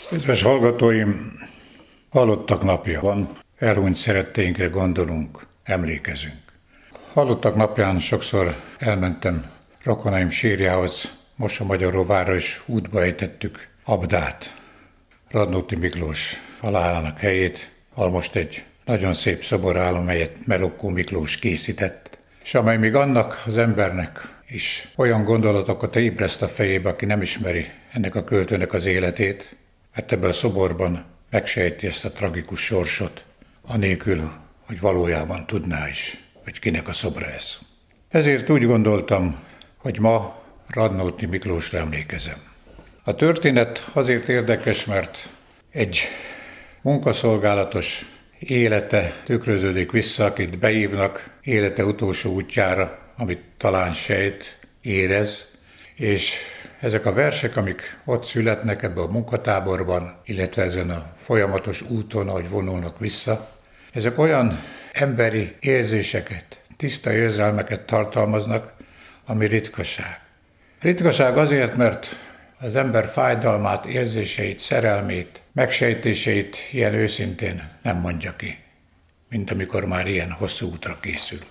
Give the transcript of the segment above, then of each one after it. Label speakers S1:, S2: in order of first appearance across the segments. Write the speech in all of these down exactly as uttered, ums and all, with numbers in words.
S1: Kedves hallgatóim, halottak napja van, elhunyt szeretteinkre gondolunk, emlékezünk. Halottak napján sokszor elmentem rokonaim sírjához, Mosonmagyaróvárra is útba ejtettük Abdát, Radnóti Miklós halálának helyét, ahol most egy nagyon szép szobor áll, amelyet Melokkó Miklós készített, és amely még annak az embernek is olyan gondolatokat ébreszt a fejébe, aki nem ismeri ennek a költőnek az életét, mert ebben a szoborban megsejti ezt a tragikus sorsot, anélkül, hogy valójában tudná is, hogy kinek a szobra ez. Ezért úgy gondoltam, hogy ma Radnóti Miklósra emlékezem. A történet azért érdekes, mert egy munkaszolgálatos élete tükröződik vissza, akit beívnak élete utolsó útjára, amit talán sejt, érez, és ezek a versek, amik ott születnek ebben a munkatáborban, illetve ezen a folyamatos úton, ahogy vonulnak vissza, ezek olyan emberi érzéseket, tiszta érzelmeket tartalmaznak, ami ritkaság. Ritkaság azért, mert az ember fájdalmát, érzéseit, szerelmét, megsejtéseit ilyen őszintén nem mondja ki, mint amikor már ilyen hosszú útra készül.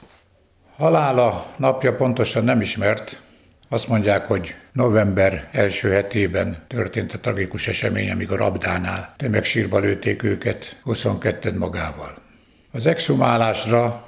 S1: Halála napja pontosan nem ismert. Azt mondják, hogy november első hetében történt a tragikus esemény, amikor Abdánál tömegsírba lőtték őket, huszonketten magával. Az exhumálásra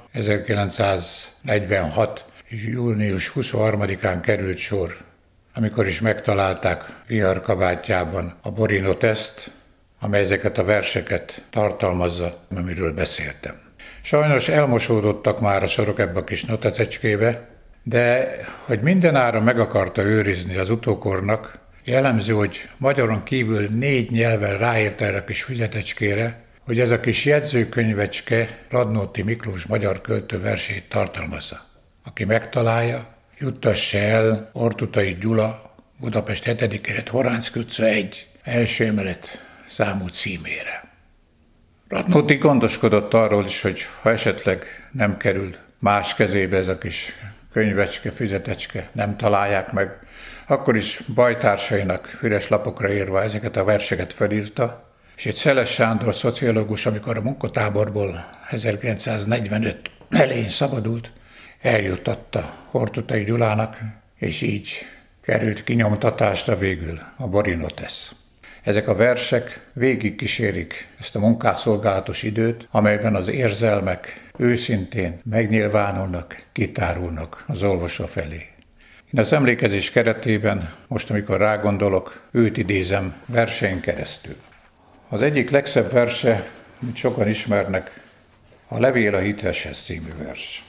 S1: ezerkilencszáznegyvenhat. június huszonharmadikán került sor, amikor is megtalálták vihar kabátjában a Borinoteszt, amely ezeket a verseket tartalmazza, amiről beszéltem. Sajnos elmosódottak már a sorok ebbe a kis notacecskébe, de hogy mindenára meg akarta őrizni az utókornak, jellemző, hogy magyaron kívül négy nyelven ráírt erre a kis füzetecskére, hogy ez a kis jegyzőkönyvecske Radnóti Miklós magyar költő versét tartalmazza. Aki megtalálja, juttassa el Ortutai Gyula, Budapest hetedik kerület, Horánszky utca egy, első emelet számú címére. Radnóti gondoskodott arról is, hogy ha esetleg nem kerül más kezébe ez a kis könyvecske, füzetecske, nem találják meg, akkor is bajtársainak üres lapokra írva ezeket a verseket felírta, és egy Szeles Sándor szociológus, amikor a munkatáborból ezerkilencszáznegyvenöt elején szabadult, eljuttatta Ortutai Gyulának, és így került kinyomtatásra végül a Borinotesz. Ezek a versek végig kísérik ezt a munkásszolgálatos időt, amelyben az érzelmek őszintén megnyilvánulnak, kitárulnak az olvasó felé. Én az emlékezés keretében, most amikor rágondolok, őt idézem versein keresztül. Az egyik legszebb verse, amit sokan ismernek, a Levél a hitveshez című vers.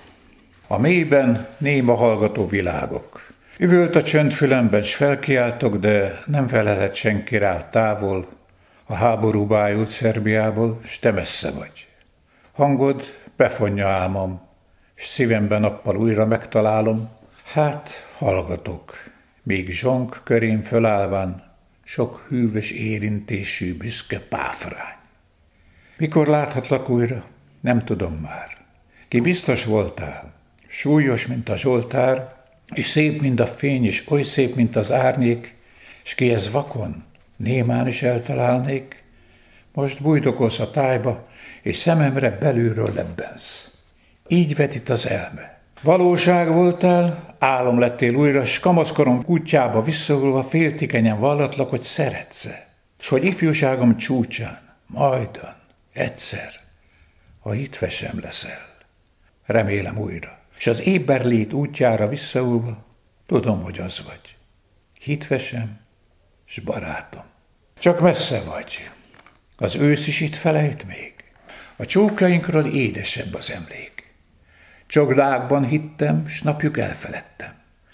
S1: A mélyben néma hallgató világok. Üvölt a csönd fülemben, s felkiáltok, de nem felelhet senki rá távol, a háború bájult Szerbiából, s te messze vagy. Hangod befonja álmom, s szívemben nappal újra megtalálom, hát hallgatok, míg zsonk körém fölállván, sok hűvös érintésű büszke páfrány. Mikor láthatlak újra? Nem tudom már. Ki biztos voltál, súlyos, mint a Zsoltár, és szép, mint a fény, és oly szép, mint az árnyék, és ki ez vakon, némán is eltalálnék, most bújdokolsz a tájba, és szememre belülről lebbensz. Így vetít az elme. Valóság voltál, álom lettél újra, s kamaszkorom kutyába visszaulva féltikenyen vallatlak, hogy szeretsz-e, s hogy ifjúságom csúcsán, majdan, egyszer, ha hitvesem leszel. Remélem újra. És az éberlét útjára visszaulva, tudom, hogy az vagy. Hitvesem, s barátom. Csak messze vagy. Az ősz is itt felejt még. A csókjainkról édesebb az emlék. Csogdákban hittem, s napjuk elfeledtem.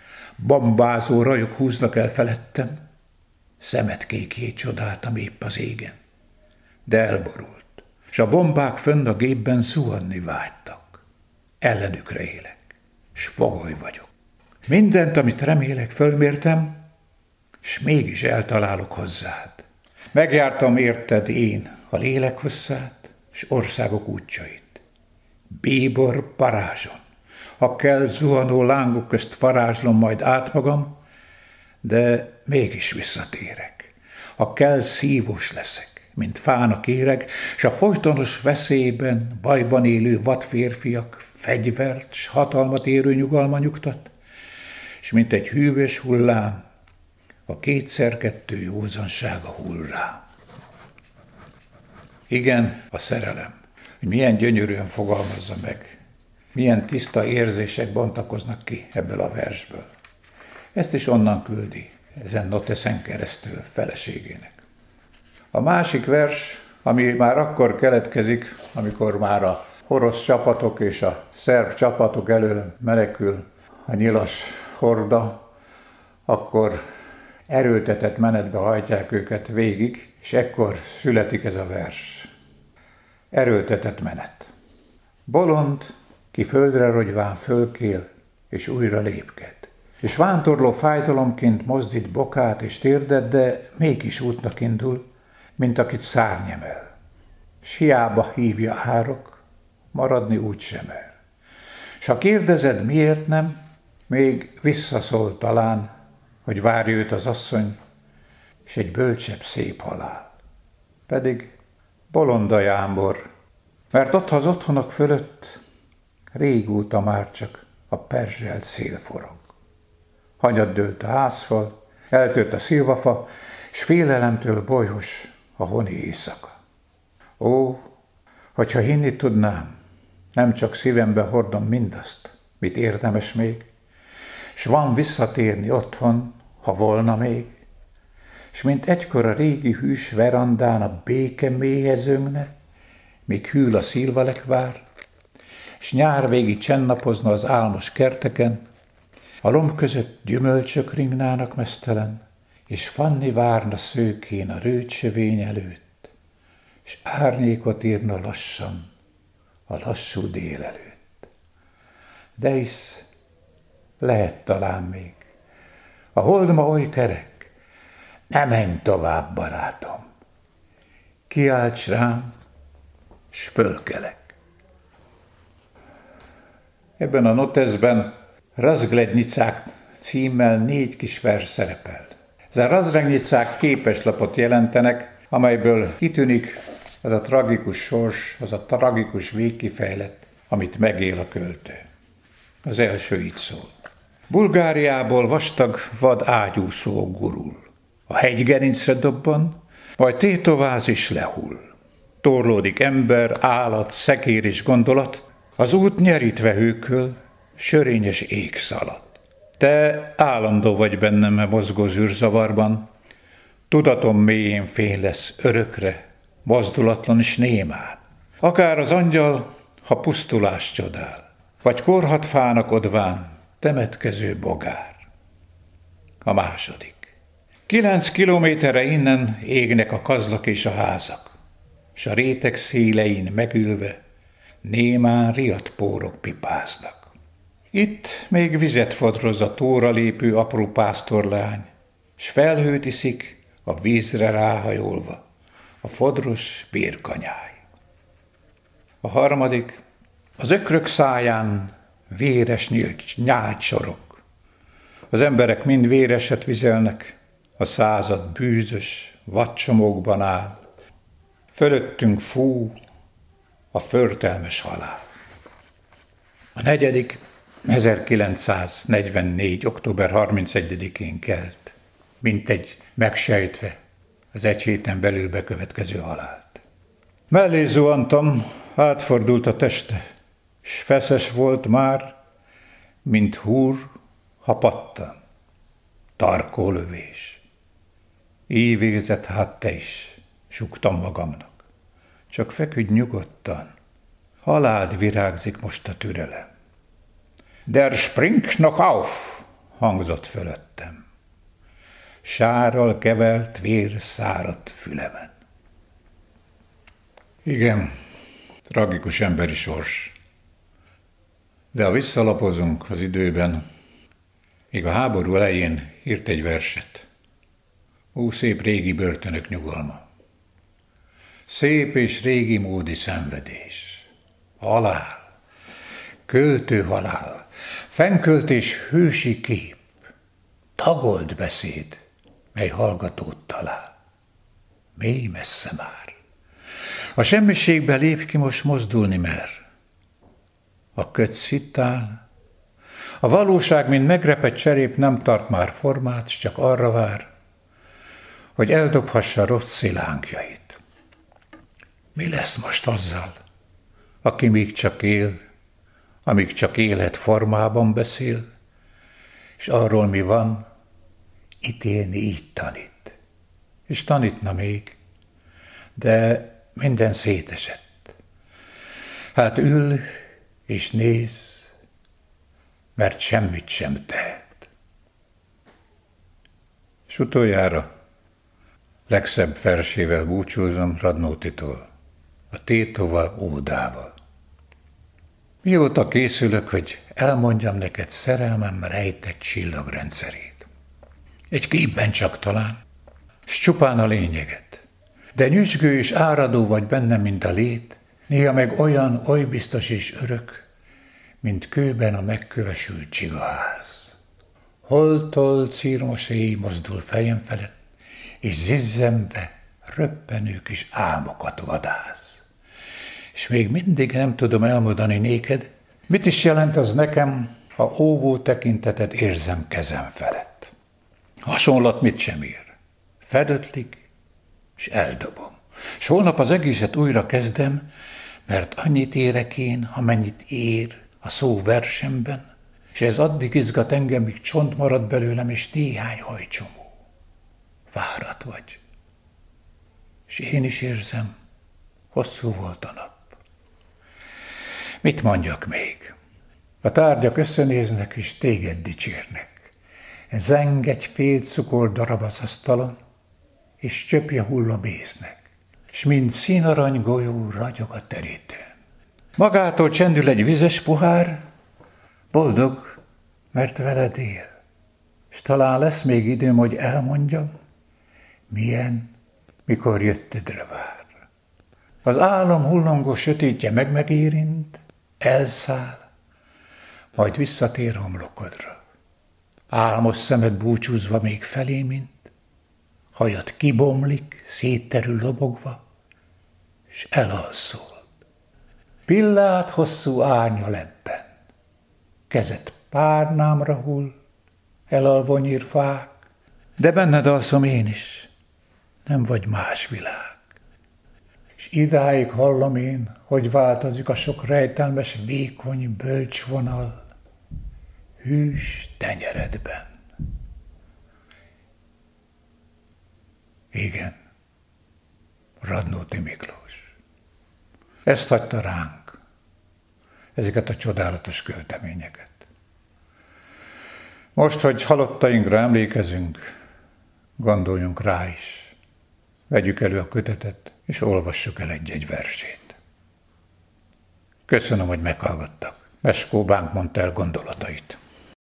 S1: Bambázó rajok húznak el felettem. Szemetkékjét csodáltam épp az égen. De elborult, s a bombák fönn a gépben zuhanni vágytak. Ellenükre élek, s fogoly vagyok. Mindent, amit remélek, fölmértem, s mégis eltalálok hozzád. Megjártam érted én a lélek hosszát, s országok útjait. Bíbor parázson, ha kell zuhanó lángok közt varázslom majd át magam, de mégis visszatérek. ha kell, szívos leszek, mint fának éreg, s a folytonos veszélyben, bajban élő vadférfiak fegyvert s hatalmat érő nyugalma nyugtat, s mint egy hűvös hullám, a kétszer-kettő józansága hull rá. Igen, a szerelem, hogy milyen gyönyörűen fogalmazza meg, milyen tiszta érzések bontakoznak ki ebből a versből. Ezt is onnan küldi, ezen noteszen keresztül feleségének. A másik vers, ami már akkor keletkezik, amikor már a orosz csapatok és a szerb csapatok elől menekül a nyilas horda, akkor erőltetett menetbe hajtják őket végig, és ekkor születik ez a vers. Erőltetett menet. Bolond, ki földre rogyván fölkél, és újra lépked. És vándorló fájdalomként mozdít bokát és térdet, de mégis útnak indul, mint akit szárny emel. S hiába hívja árok, maradni úgy sem el. S ha kérdezed, miért nem, még visszaszól talán, hogy várja őt az asszony, s egy bölcsebb szép halál. Pedig bolonda jámbor, mert ott az otthonok fölött régóta már csak a perzselt szél forog. Hanyat dőlt a házfal, eltört a szilvafa, s félelemtől bolyhos a honi éjszaka. Ó, hogyha hinni tudnám, nem csak szívembe hordom mindazt, mit érdemes még, s van visszatérni otthon, ha volna még, s mint egykor a régi hűs verandán a béke mélyhez öngne, míg hűl a szilvalekvár, s nyár végi csendnapozna az álmos kerteken, a lomb között gyümölcsök ringnának meztelen, és Fanni várna szőkén a rőcsövény előtt, s árnyékot írna lassan a lassú délelőtt. De hisz lehet talán még, a hold ma oly kerek, ne menj tovább, barátom, kiálts rám, s fölkelek. Ebben a noteszben Razglednyicák címmel négy kis vers szerepel. Ez a Razglednyicák képeslapot jelentenek, amelyből kitűnik az a tragikus sors, az a tragikus végkifejlet, amit megél a költő. Az első így szól. Bulgáriából vastag vad ágyúszó gurul. A hegygerincre dobban, majd tétováz is lehull. Torlódik ember, állat, szekér és gondolat, az út nyerítve hőköl, sörényes ég szalad. Te állandó vagy bennem a mozgó zűrzavarban, tudatom mélyén fény lesz örökre, mozdulatlan és némán. Akár az angyal, ha pusztulás csodál, vagy korhat fának odván, temetkező bogár. A második. Kilenc kilométerre innen égnek a kazlak és a házak, s a réteg szélein megülve némán riadt pórok pipáznak. Itt még vizet fodroz a tóra lépő apró pásztorlány, s felhőt iszik a vízre ráhajolva a fodros bérkanyáj. A harmadik, az ökrök száján véres nyált sorog. Az emberek mind véreset vizelnek, a század bűzös vadcsomókban áll. Fölöttünk fú a förtelmes halál. A negyedik, ezerkilencszáznegyvennégy. október harmincegyedikén kelt, mint egy megsejtve az egy héten belül bekövetkező halált. Mellé zuhantam, átfordult a teste, s feszes volt már, mint húr, ha pattan, tarkó lövés. Ívérzett hát te is, suktam magamnak. Csak feküdj nyugodtan, haláld virágzik most a türelem. Der springt noch auf, hangzott fölöttem. Sárral kevert vér száradt fülemen. Igen, tragikus emberi sors. De ha visszalapozunk az időben, még a háború elején írt egy verset. Ó, szép régi börtönök nyugalma. Szép és régi módi szenvedés. Halál. Költő halál. Fennköltés hősi kép. Tagolt beszéd, mely hallgatót talál. mély messze már. A semmiségbe lép ki, most mozdulni mer. A köt szittál, a valóság, mint megrepett cserép, nem tart már formát, s csak arra vár, hogy eldobhassa rossz szilánkjait. Mi lesz most azzal, aki még csak él, amíg csak élet formában beszél, és arról mi van, ítélni így tanít. És tanítna még, de minden szétesett. Hát ül és néz, mert semmit sem tehet. És utoljára legszebb versével búcsúzom Radnótitól, a Tétova ódával. Mióta készülök, hogy elmondjam neked szerelmem rejtett csillagrendszerét. Egy képben csak talán, s csupán a lényeget. De nyüzsgő és áradó vagy benne, mint a lét, néha meg olyan, oly biztos és örök, mint kőben a megkövesült csigaház. Holtól círmos éj mozdul fejem felett, és zizzemve röppenő kis álmokat vadász. És még mindig nem tudom elmondani néked, mit is jelent az nekem, ha óvó tekintetet érzem kezem felett. Hasonlat mit sem ér. Fedötlik, és eldobom. S holnap az egészet újra kezdem, mert annyit érek én, amennyit ér a szó versemben, és ez addig izgat engem, míg csont marad belőlem, és néhány hajcsomó. Fáradt vagy. És én is érzem, hosszú volt a nap. Mit mondjak még? A tárgyak összenéznek, és téged dicsérnek. Zeng egy fél cukordarab az asztalon, és csöpje hull a méznek, s mint színarany golyó ragyog a terítőn. Magától csendül egy vizes pohár, boldog, mert veled él. S talán lesz még időm, hogy elmondjam, milyen, mikor jöttedre vár. Az álom hullongó sötétje meg megérint, elszáll, majd visszatér homlokodra. Álmos szemed búcsúzva még felé, mint hajad kibomlik, szétterül lobogva, s elalszol. Pillát hosszú árnya lebben, kezed párnámra hull, elalva nyírfák, de benned alszom én is, nem vagy más világ. És idáig hallom én, hogy változik a sok rejtelmes, vékony, bölcs vonal hűs tenyeredben. Igen, Radnóti Miklós. Ezt hagyta ránk, ezeket a csodálatos költeményeket. Most, hogy halottainkra emlékezünk, gondoljunk rá is. Vegyük elő a kötetet, és olvassuk el egy-egy versét. Köszönöm, hogy meghallgattak. Meskó Bánk mondta el gondolatait.